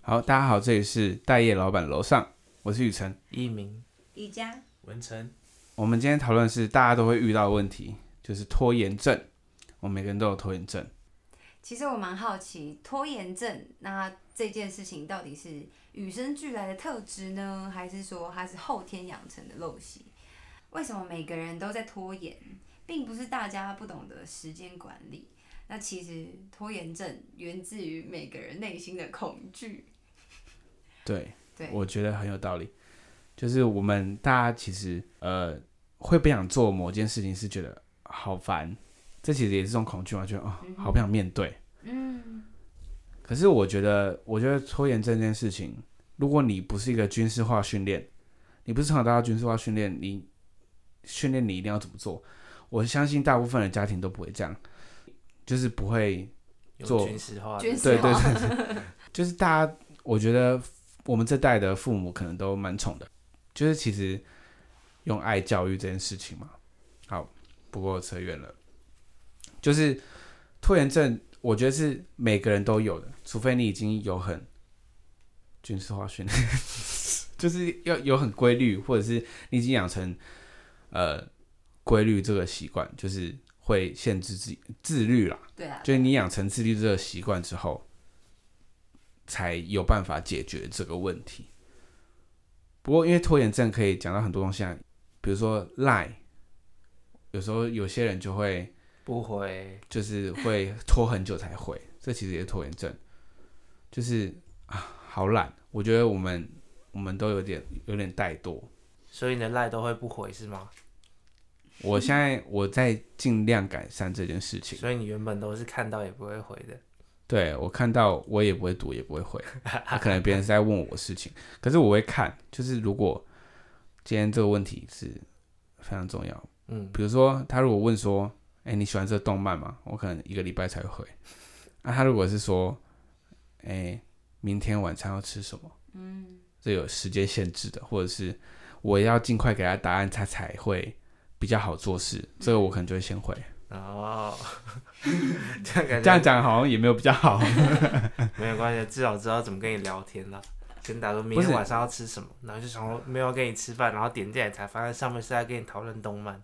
好，大家好，这里是待业老板楼上，我是雨辰、 一鸣、 宜家、 文成。 我们今天讨论的是大家都会遇到的问题，就是拖延症。我们每个人都有拖延症。 其实我蛮好奇，拖延症那这件事情到底是与生俱来的特质呢，还是说它是后天养成的陋习？为什么每个人都在拖延，并不是大家不懂得时间管理？那其实拖延症源自于每个人内心的恐惧。 对， 对， 我觉得很有道理。就是我们大家其实会不想做某件事情，是觉得好烦，这其实也是这种恐惧嘛，觉得好不想面对。可是我觉得拖延症这件事情，如果你不是一个军事化训练，你不是从小到大军事化训练，你训练你一定要怎么做，我相信大部分的家庭都不会这样，就是不会做有军事化的。 对，就是大家，我觉得我们这代的父母可能都蛮宠的，就是其实用爱教育这件事情嘛。好，不过扯远了，就是拖延症，我觉得是每个人都有的，除非你已经有很军事化训练，就是要有很规律，或者是你已经养成规律这个习惯，就是会限制自律啦。 对啊， 就是你养成自律这个习惯之后，才有办法解决这个问题。不过因为拖延症可以讲到很多东西啊，比如说 LINE， 有时候有些人就会不回， 就是会拖很久才回，这其实也是拖延症，就是好懒。我觉得我们都有点怠惰。 所以你的赖都会不回是吗？ 我在尽量改善这件事情。 所以你原本都是看到也不会回的。 对，我看到我也不会读，也不会回。可能别人是在问我事情，可是我会看。就是如果今天这个问题是非常重要，比如说他如果问说，你喜欢这个动漫吗？我可能1个礼拜才会回。他如果是说，明天晚餐要吃什么？这有时间限制的，或者是我要尽快给他答案，他才会比较好做事。这个我可能就会先回。 哦， 这样讲好像也没有比较好。 没有关系，至少知道怎么跟你聊天啦。跟打说明天晚上要吃什么，然后就想说没有跟你吃饭，然后点进来才发现上面是在跟你讨论动漫。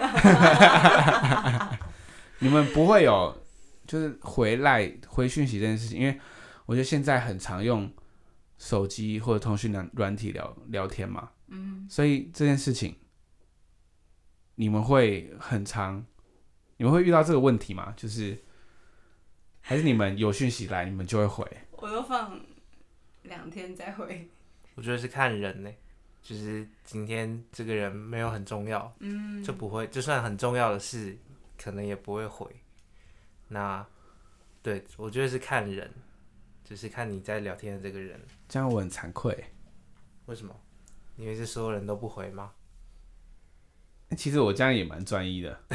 你们不会有就是回讯息这件事情，因为我觉得现在很常用手机或者通讯软体聊天嘛，所以这件事情你们会遇到这个问题吗？就是还是你们有讯息来你们就会回？ 我都放2天再回。 我觉得是看人呢，就是今天这个人没有很重要，就不会，就算很重要的事，可能也不会回。那对，我觉得是看人，就是看你在聊天的这个人。 这样我很惭愧。 为什么？因为是所有人都不回吗？ 其实我这样也蛮专一的。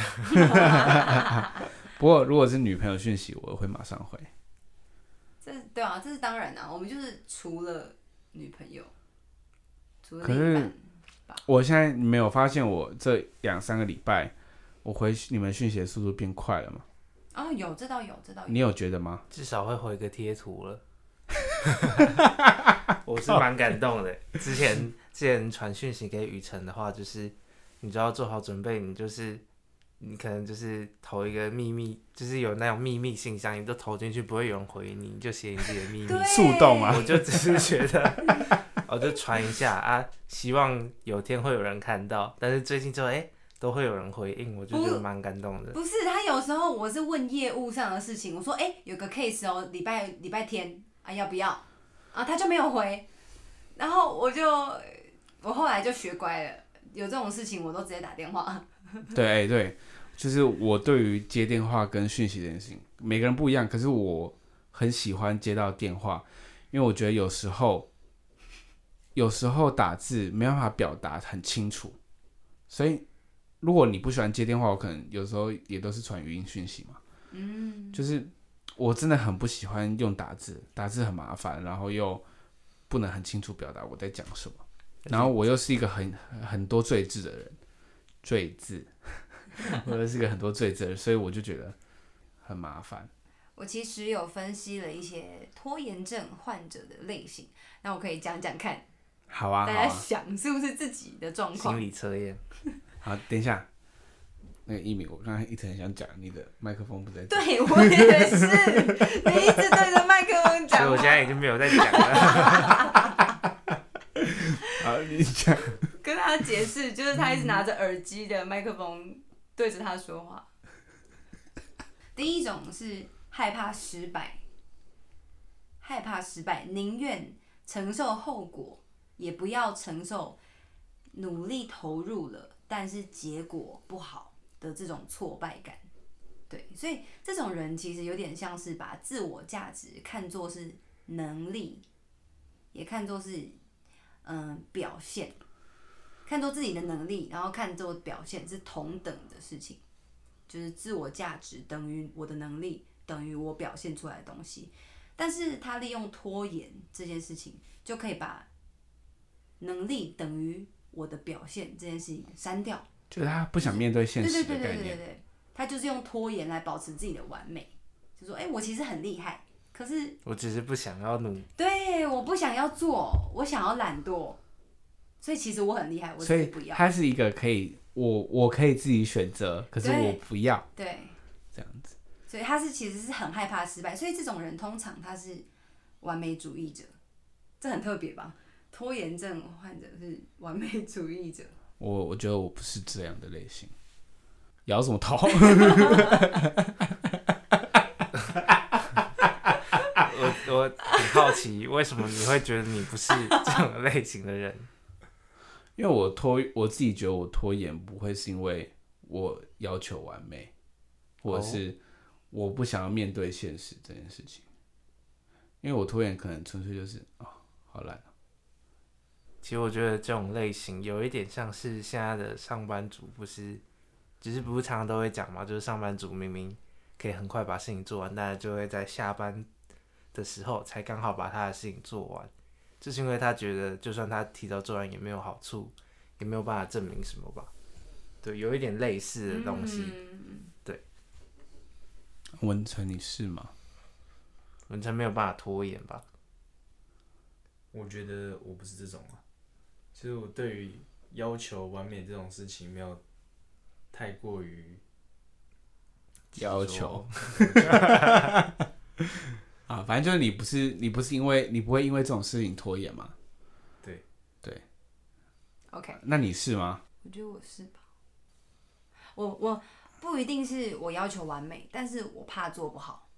不过如果是女朋友讯息，我会马上回。 对啊，这是当然啊。我们就是除了女朋友，除了可另一半是我现在没有发现我这2-3个礼拜，我回你们讯息的速度变快了吗？ 有，这倒有。 你有觉得吗？ 至少会回个贴图了。我是蛮感动的。之前传讯息给雨辰的话，就是你就要做好准备，你可能就是投一个秘密，就是有那种秘密信箱，你都投进去不会有人回你，你就写你自己的秘密。 速冻啊！ 我就只是觉得，我就传一下啊，希望有天会有人看到。但是最近就都会有人回应，我就觉得蛮感动的。 不是，他有时候我是问业务上的事情，我说有个 case 哦，礼拜天要不要？他就没有回，然后我后来就学乖了，有这种事情我都直接打电话。 对，就是我对于接电话跟讯息这件事情，每个人不一样，可是我很喜欢接到电话，因为我觉得有时候打字没办法表达很清楚，所以如果你不喜欢接电话，我可能有时候也都是传语音讯息嘛。就是我真的很不喜欢用打字很麻烦，然后又不能很清楚表达我在讲什么，然后我又是一个很多赘字的人，我又是一个很多赘字的人，所以我就觉得很麻烦。 我其实有分析了一些拖延症患者的类型，那我可以讲讲看， 好啊， 大家想是不是自己的状况？ 心理测验。 好，等一下，那个一鸣，我刚才一直很想讲，你的麦克风不在这。 对，我也是，你一直对着麦克风讲， 所以我现在已经没有在讲了。 好，你讲。 跟他解释，就是他一直拿着耳机的麦克风对着他说话。第一种是害怕失败，宁愿承受后果，也不要承受努力投入了，但是结果不好的这种挫败感。对，所以这种人其实有点像是把自我价值看作是能力，也看作是表现，看作自己的能力，然后看作表现是同等的事情。就是自我价值等于我的能力，等于我表现出来的东西。但是他利用拖延这件事情，就可以把能力等于我的表现这件事情删掉。 就是他不想面对现实的概念。 对，他就是用拖延来保持自己的完美，就说我其实很厉害，可是我只是不想要努。 对，我不想要做，我想要懒惰，所以其实我很厉害，我只是不要。 所以他是一个可以。我可以自己选择，可是我不要。 对， 这样子。 所以他其实是很害怕失败，所以这种人通常他是完美主义者，这很特别吧？拖延症患者是完美主义者。 我觉得我不是这样的类型。摇什么头？ 我很好奇，为什么你会觉得你不是这种类型的人？ 因为我自己觉得我拖延不会是因为我要求完美，或者是我不想要面对现实这件事情。因为我拖延可能纯粹就是好懒。 其实我觉得这种类型有一点像是现在的上班族，不是常常都会讲嘛，就是上班族明明可以很快把事情做完，但是就会在下班的时候才刚好把他的事情做完。就是因为他觉得，就算他提早做完也没有好处，也没有办法证明什么吧？对，有一点类似的东西。对。 文成，你是吗？ 文成没有办法拖延吧？ 我觉得我不是这种啊。其实我对于要求完美这种事情没有太过于要求。反正就是你不是因为你不会因为这种事情拖延嘛？ 对。 OK。 那你是吗？ 我觉得我是吧。我不一定是我要求完美，但是我怕做不好，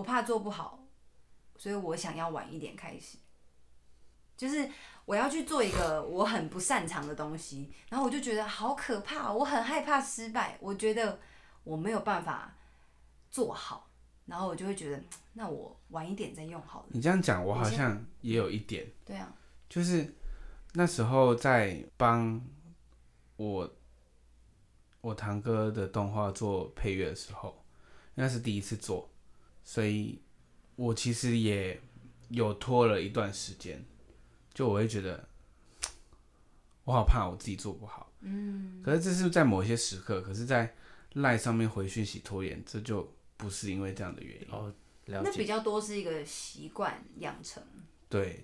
所以我想要晚一点开始。就是我要去做一个我很不擅长的东西，然后我就觉得好可怕，我很害怕失败，我觉得我没有办法做好，然后我就会觉得那我晚一点再用好了。 你这样讲，我好像也有一点。 对啊。 就是那时候在帮我堂哥的动画做配乐的时候，那是第一次做，所以我其实也有拖了一段时间。就我会觉得，我好怕我自己做不好。可是这是在某些时刻，可是在 LINE 上面回讯息拖延，这就不是因为这样的原因。 了解。 那比较多是一个习惯养成。 对。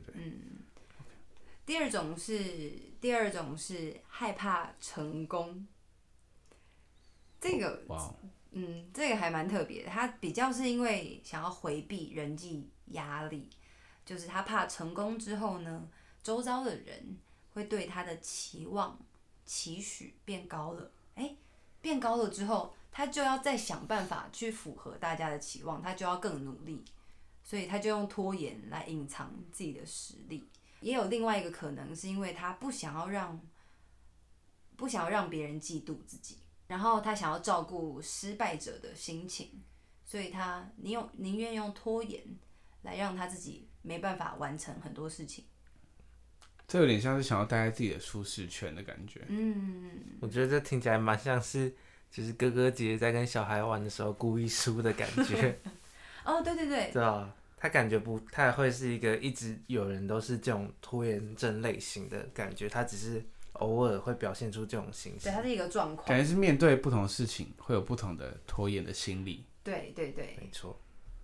第二种是害怕成功。这个这个还蛮特别的，他比较是因为想要回避人际压力。就是他怕成功之后呢，周遭的人会对他的期望、期许变高了。变高了之后，他就要再想办法去符合大家的期望，他就要更努力，所以他就用拖延来隐藏自己的实力。也有另外一个可能，是因为他不想要让别人嫉妒自己，然后他想要照顾失败者的心情，所以他宁愿用拖延来让他自己没办法完成很多事情。 这有点像是想要待在自己的舒适圈的感觉。 我觉得这听起来蛮像是，就是哥哥姐姐在跟小孩玩的时候故意输的感觉。 对。 对啊，他感觉不太会是一个一直有人都是这种拖延症类型的感觉，他只是偶尔会表现出这种形式。 对，他是一个状况。 感觉是面对不同的事情会有不同的拖延的心理。 对。 没错。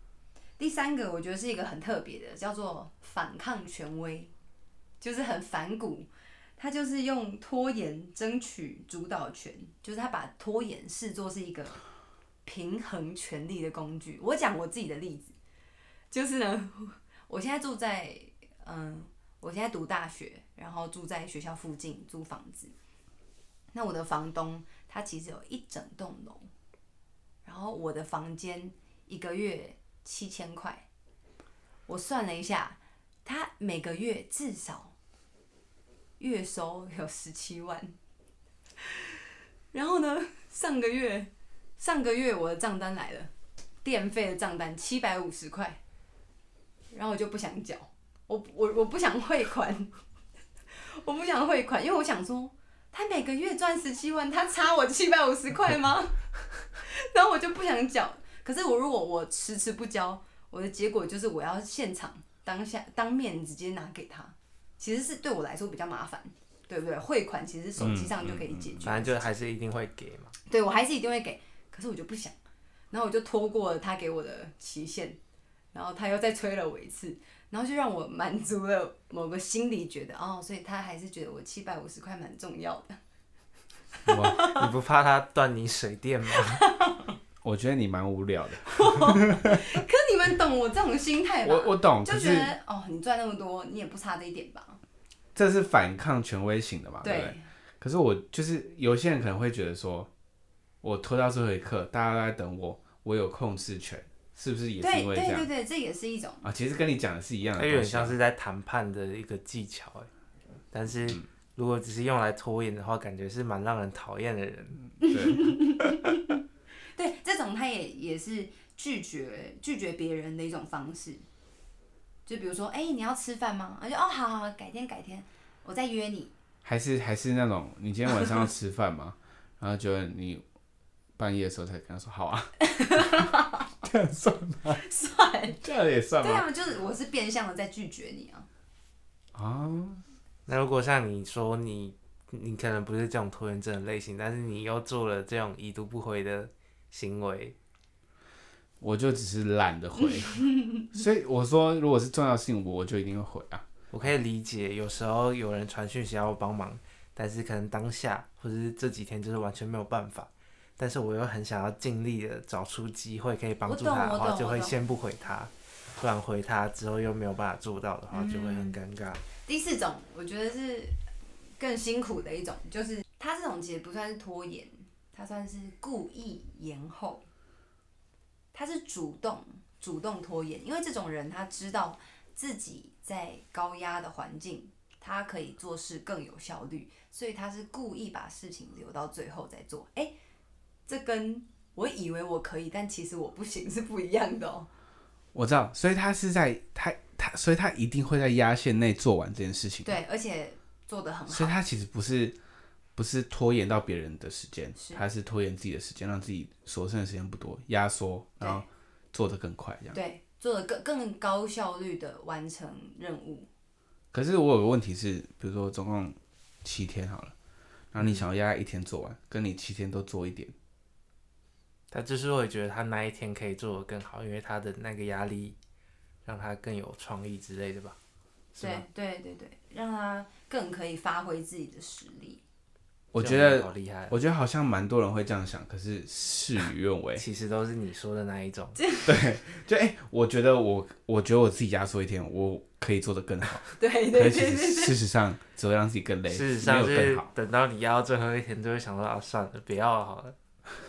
第三个我觉得是一个很特别的，叫做反抗权威，就是很反骨。他就是用拖延争取主导权，就是他把拖延视作是一个平衡权力的工具。我讲我自己的例子，就是呢，我现在住在我现在读大学，然后住在学校附近租房子。那我的房东他其实有一整栋楼，然后我的房间1个月7000块，我算了一下，他每个月至少月收有17万，然后呢，上个月我的账单来了，电费的账单750块，然后我就不想缴，我不想汇款，我不想汇款，因为我想说，他每个月赚17万，他差我750块吗？然后我就不想缴，可是如果我迟不交，我的结果就是我要现场当面直接拿给他。其实是对我来说比较麻烦，对不对？汇款其实手机上就可以解决， 反正就还是一定会给嘛。 对，我还是一定会给，可是我就不想，然后我就拖过了他给我的期限，然后他又再催了我一次，然后就让我满足了某个心理觉得所以他还是觉得我750块蛮重要的。 哇，你不怕他断你水电吗？ 我觉得你蛮无聊的。 可你们懂我这种心态吧？ 我懂， 就觉得你赚那么多，你也不差这一点吧？ 这是反抗权威型的嘛，对不对？可是我就是有些人可能会觉得说，我拖到最后一刻，大家都在等我，我有控制权，是不是也是因为这样？ 对，这也是一种其实跟你讲的是一样的， 有点像是在谈判的一个技巧但是如果只是用来拖延的话，感觉是蛮让人讨厌的人。 对。 对，这种他也是拒绝别人的一种方式。就比如说，你要吃饭吗？就好，改天，我再约你。 还是那种，你今天晚上要吃饭吗？然后就你半夜的时候才跟他说好啊，这样算吗？ 算， 这样也算吗？ 对啊，就是我是变相的在拒绝你啊。 那如果像你说你可能不是这种拖延症的类型，但是你又做了这种已读不回的行为， 我就只是懒得回，所以我说，如果是重要性，我就一定会回啊。 我可以理解，有时候有人传讯息要我帮忙，但是可能当下或者是这几天就是完全没有办法，但是我又很想要尽力的找出机会可以帮助他的话，就会先不回他，不然回他之后又没有办法做到的话，就会很尴尬。 第4种，我觉得是更辛苦的一种，就是他这种其实不算是拖延，他算是故意延后，他是主动拖延，因为这种人他知道自己在高压的环境，他可以做事更有效率，所以他是故意把事情留到最后再做。这跟我以为我可以，但其实我不行是不一样的哦。 我知道，所以他是在所以他一定会在压线内做完这件事情。 对，而且做得很好。 所以他其实不是拖延到别人的时间，他是拖延自己的时间，让自己所剩的时间不多，压缩，然后做得更快，这样。 对，做得更高效率的完成任务。 可是我有个问题是，比如说总共7天好了，然后你想要压1天做完，跟你7天都做一点， 他就是会觉得他那一天可以做得更好，因为他的那个压力让他更有创意之类的吧？ 对，让他更可以发挥自己的实力。 我觉得好厉害， 我觉得好像蛮多人会这样想，可是事与愿违。 其实都是你说的那一种。 对，就我觉得我自己压缩1天，我可以做得更好。 对， 可是其实事实上只会让自己更累， 事实上没有更好。 等到你压到最后一天，就会想说算了，不要了好了。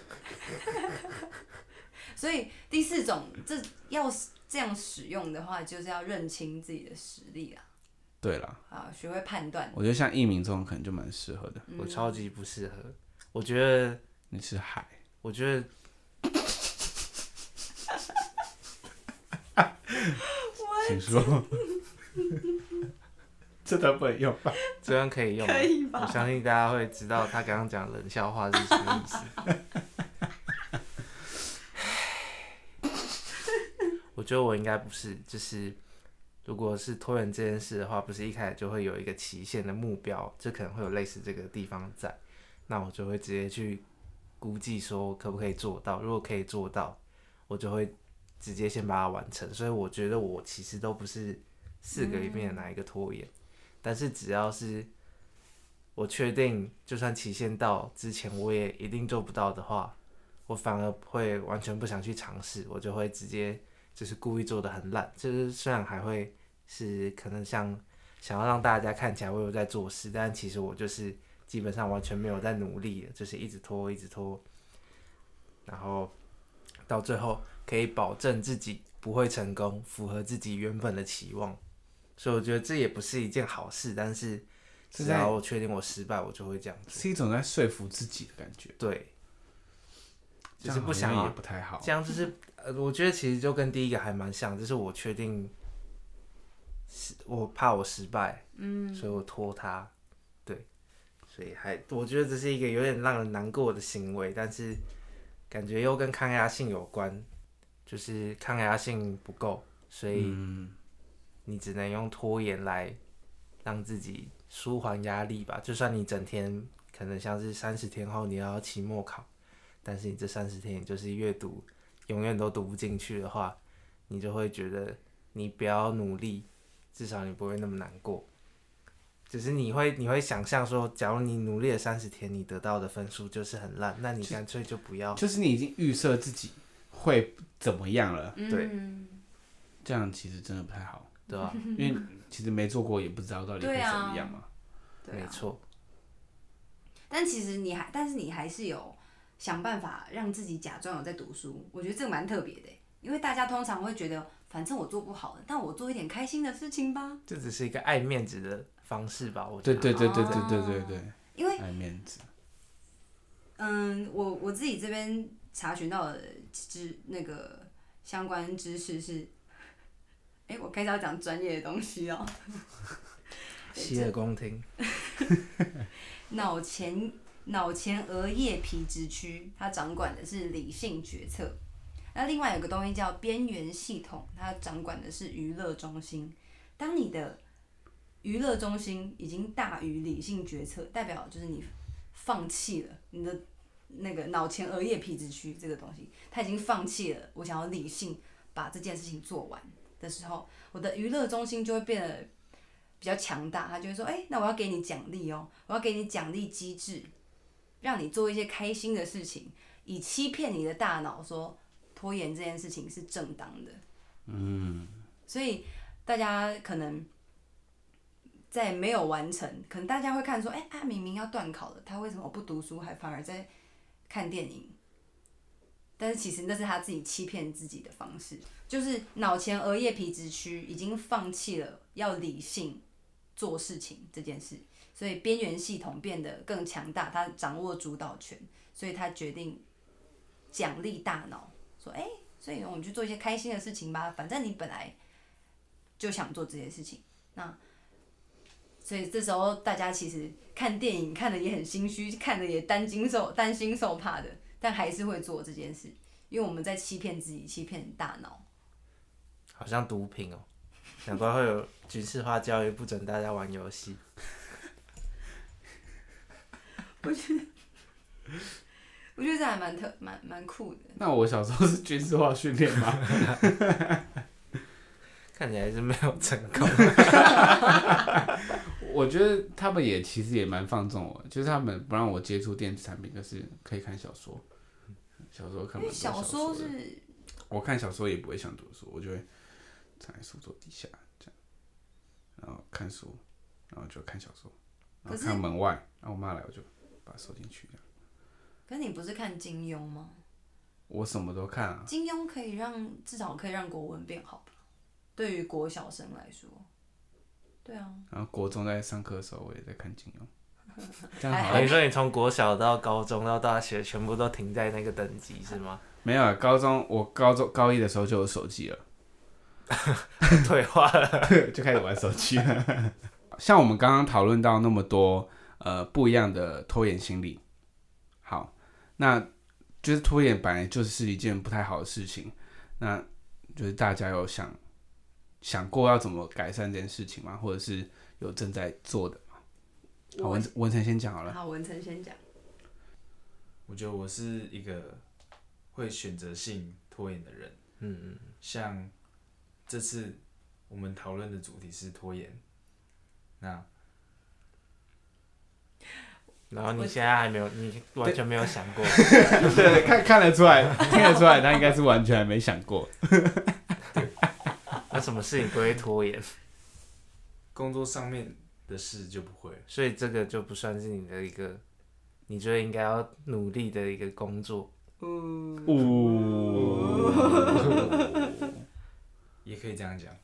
所以第4种，要这样使用的话，就是要认清自己的实力啦。 对啦， 学会判断。 我觉得像艺名这种可能就蛮适合的。 我超级不适合，我觉得你是海， 我觉得请说。这段不能用吧？ 这样可以用， 可以吧？ 我相信大家会知道他刚刚讲冷笑话是什么意思。我觉得我应该不是，就是如果是拖延这件事的话，不是一开始就会有一个期限的目标，就可能会有类似这个地方在，那我就会直接去估计说可不可以做到。如果可以做到，我就会直接先把它完成。所以我觉得我其实都不是4个里面的哪一个拖延，但是只要是我确定，就算期限到之前我也一定做不到的话，我反而会完全不想去尝试，我就会直接就是故意做的很烂，就是虽然还会是可能想要让大家看起来我有在做事，但其实我就是基本上完全没有在努力的，就是一直拖一直拖，然后到最后可以保证自己不会成功，符合自己原本的期望，所以我觉得这也不是一件好事，但是只要我确定我失败，我就会这样做， 是一种在说服自己的感觉。 对，就是不这样好像想也不太好。 这样就是我觉得其实就跟第一个还蛮像，就是我确定我怕我失败，所以我拖它，对，所以我觉得这是一个有点让人难过的行为，但是感觉又跟抗压性有关，就是抗压性不够，所以你只能用拖延来让自己舒缓压力吧。就算你整天可能像是30天后你要期末考，但是你这30天你就是阅读永远都读不进去的话，你就会觉得你不要努力，至少你不会那么难过。只是你会想象说，假如你努力了30天，你得到的分数就是很烂，那你干脆就不要。 就是你已经预设自己会怎么样了， 对， 这样其实真的不太好， 对吧？ 因为其实没做过也不知道到底会怎么样嘛。 对啊， 没错。 但其实但是你还是有想办法让自己假装有在读书，我觉得这个蛮特别的，因为大家通常会觉得，反正我做不好，但我做一点开心的事情吧。 这只是一个爱面子的方式吧，我觉得。 对， 因为爱面子。 我自己这边查询到的那个相关知识是，我开始要讲专业的东西哦。 洗耳恭听。 脑前额叶皮质区，它掌管的是理性决策。那另外有个东西叫边缘系统，它掌管的是娱乐中心。当你的娱乐中心已经大于理性决策，代表就是你放弃了你的那个脑前额叶皮质区这个东西，它已经放弃了我想要理性把这件事情做完的时候，我的娱乐中心就会变得比较强大，他就会说，那我要给你奖励哦，我要给你奖励机制，让你做一些开心的事情，以欺骗你的大脑说拖延这件事情是正当的。所以大家可能在没有完成，可能大家会看说，明明要段考了，他为什么不读书，还反而在看电影？但是其实那是他自己欺骗自己的方式，就是脑前额叶皮质区已经放弃了要理性做事情这件事，所以边缘系统变得更强大，他掌握主导权，所以他决定奖励大脑，说，所以我们去做一些开心的事情吧，反正你本来就想做这些事情，那所以这时候大家其实看电影看的也很心虚，看的也担惊受怕的，但还是会做这件事，因为我们在欺骗自己，欺骗大脑。 好像毒品哦，难怪会有军事化教育，不准大家玩游戏。 我觉得这还蛮酷的。 那我小时候是军事化训练吗？ 看起来是没有成功。 我觉得他们其实也蛮放纵我，就是他们不让我接触电子产品，就是可以看小说。小说看蛮多小说是， 我看小说也不会想读书，我就会站在书桌底下这样，然后看书，然后就看小说，然后看门外，然后我妈来我就把它收进去这样。 可是你不是看金庸吗？ 我什么都看啊。 金庸至少可以让国文变好吧？对于国小生来说，对啊。 然后国中在上课的时候，我也在看金庸。这样好。 你说你从国小到高中到大学，全部都停在那个等级是吗？ 没有啊，我高一的时候就有手机了， 退化了， 就开始玩手机了。像我们刚刚讨论到那么多不一样的拖延心理，好，那就是拖延本来就是一件不太好的事情，那就是大家有想过要怎么改善这件事情吗？或者是有正在做的吗？好，文成先讲好了。 好，文成先讲。 我觉得我是一个会选择性拖延的人， 像这次我们讨论的主题是拖延，那然后你现在还没有，你完全没有想过。 对，看得出来，听得出来，他应该是完全还没想过。 那什么事情不会拖延？ 工作上面的事就不会， 所以这个就不算是你的一个，你觉得应该要努力的一个工作。 也可以这样讲。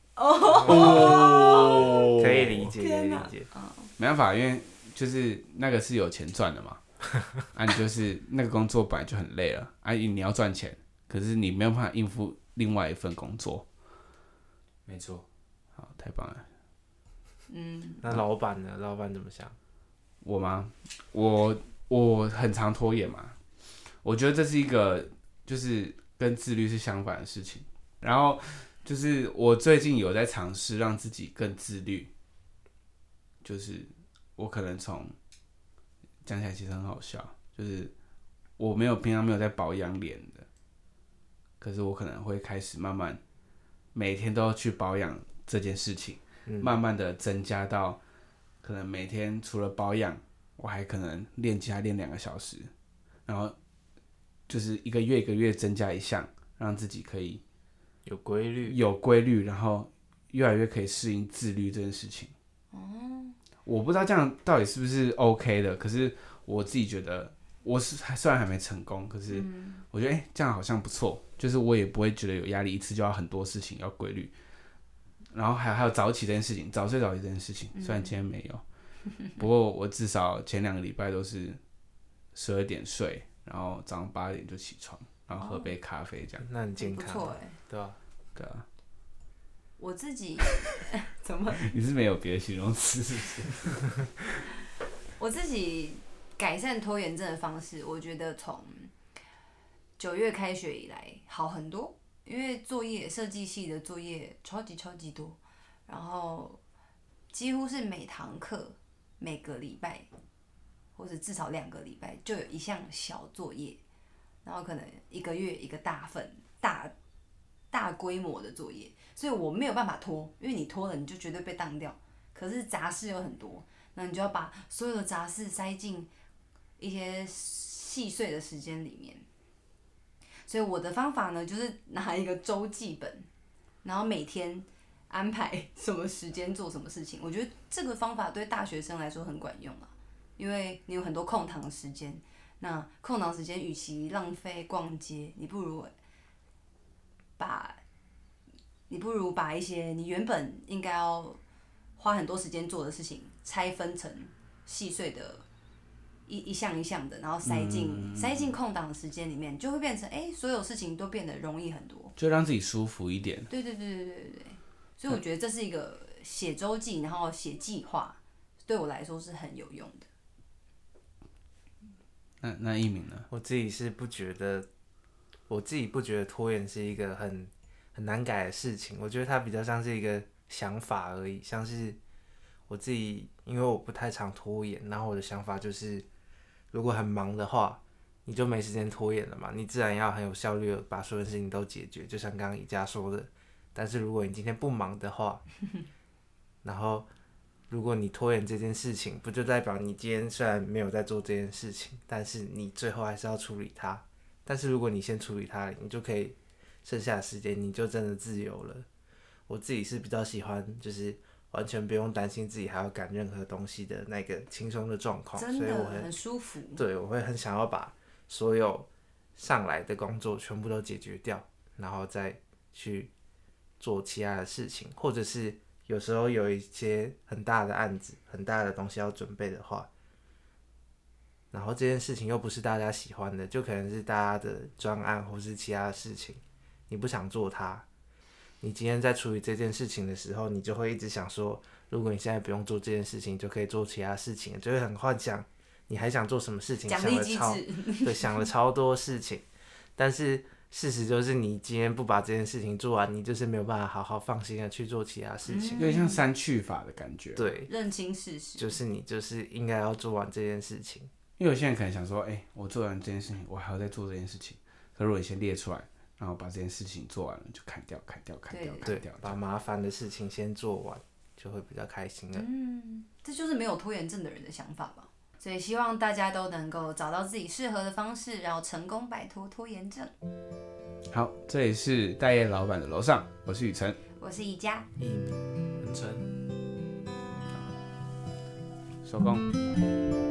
可以理解，可以理解。 没办法，因为就是那个是有钱赚的嘛。啊，你就是那个工作本来就很累了，啊，你要赚钱，可是你没有办法应付另外一份工作。 没错。 好，太棒了。 那老板呢？老板怎么想？ 我吗？我很常拖延嘛。我觉得这是一个就是跟自律是相反的事情。然后就是我最近有在尝试让自己更自律，就是我可能从讲起来其实很好笑，就是我平常没有在保养脸的，可是我可能会开始慢慢每天都要去保养这件事情，慢慢的增加到可能每天除了保养，我还可能练吉他练2个小时，然后就是一个月增加一项，让自己可以有规律，然后越来越可以适应自律这件事情。我不知道这样到底是不是 OK 的，可是我自己觉得我虽然还没成功，可是我觉得这样好像不错，就是我也不会觉得有压力，一次就要很多事情要规律。然后还有早起这件事情，早睡早起这件事情，虽然今天没有，不过我至少前2个礼拜都是12点睡，然后早上8点就起床，然后喝杯咖啡这样。 那很健康， 不错对吧？ 对啊。 我自己怎么？ 你是没有别的形容词是不是？ 我自己改善拖延症的方式，我觉得从9月开学以来好很多，因为设计系的作业超级多，然后几乎是每堂课每个礼拜或者至少2个礼拜就有一项小作业，然后可能1个月一个大份大规模的作业，所以我没有办法拖，因为你拖了你就绝对被当掉。可是杂事有很多，那你就要把所有的杂事塞进一些细碎的时间里面。所以我的方法呢，就是拿一个周记本，然后每天安排什么时间做什么事情。我觉得这个方法对大学生来说很管用啊，因为你有很多空堂时间。那空堂时间与其浪费逛街，你不如把一些你原本应该要花很多时间做的事情拆分成细碎的一项一项的，然后塞进空档的时间里面，就会变成所有事情都变得容易很多， 就让自己舒服一点。 对，所以我觉得这是一个写周记，然后写计划，对我来说是很有用的。 那一鸣呢？ 我自己不觉得拖延是一个很难改的事情，我觉得它比较像是一个想法而已，像是我自己，因为我不太常拖延，然后我的想法就是，如果很忙的话，你就没时间拖延了嘛，你自然要很有效率的把所有事情都解决，就像刚刚宜家说的。但是如果你今天不忙的话，然后如果你拖延这件事情，不就代表你今天虽然没有在做这件事情，但是你最后还是要处理它。但是如果你先处理它，你就可以剩下的时间你就真的自由了。我自己是比较喜欢就是完全不用担心自己还要赶任何东西的那个轻松的状况， 真的所以我很舒服。 对，我会很想要把所有上来的工作全部都解决掉，然后再去做其他的事情，或者是有时候有一些很大的案子、很大的东西要准备的话，然后这件事情又不是大家喜欢的，就可能是大家的专案或是其他的事情，你不想做它。你今天在处理这件事情的时候，你就会一直想说，如果你现在不用做这件事情，就可以做其他事情，就会很幻想你还想做什么事情， 奖励机制， 对，想了超多事情，但是事实就是你今天不把这件事情做完，你就是没有办法好好放心的去做其他事情， 有点像删去法的感觉。 对， 认清事实， 就是你就是应该要做完这件事情。 因为有些人可能想说，我做完这件事情，我还要再做这件事情。可如果你先列出来， 然后把这件事情做完了就砍掉， 对，把麻烦的事情先做完，就会比较开心了。 这就是没有拖延症的人的想法吧。所以希望大家都能够找到自己适合的方式，然后成功摆脱拖延症。 好，这里是待业老板的楼上，我是雨辰， 我是宜家， 文成。 收工。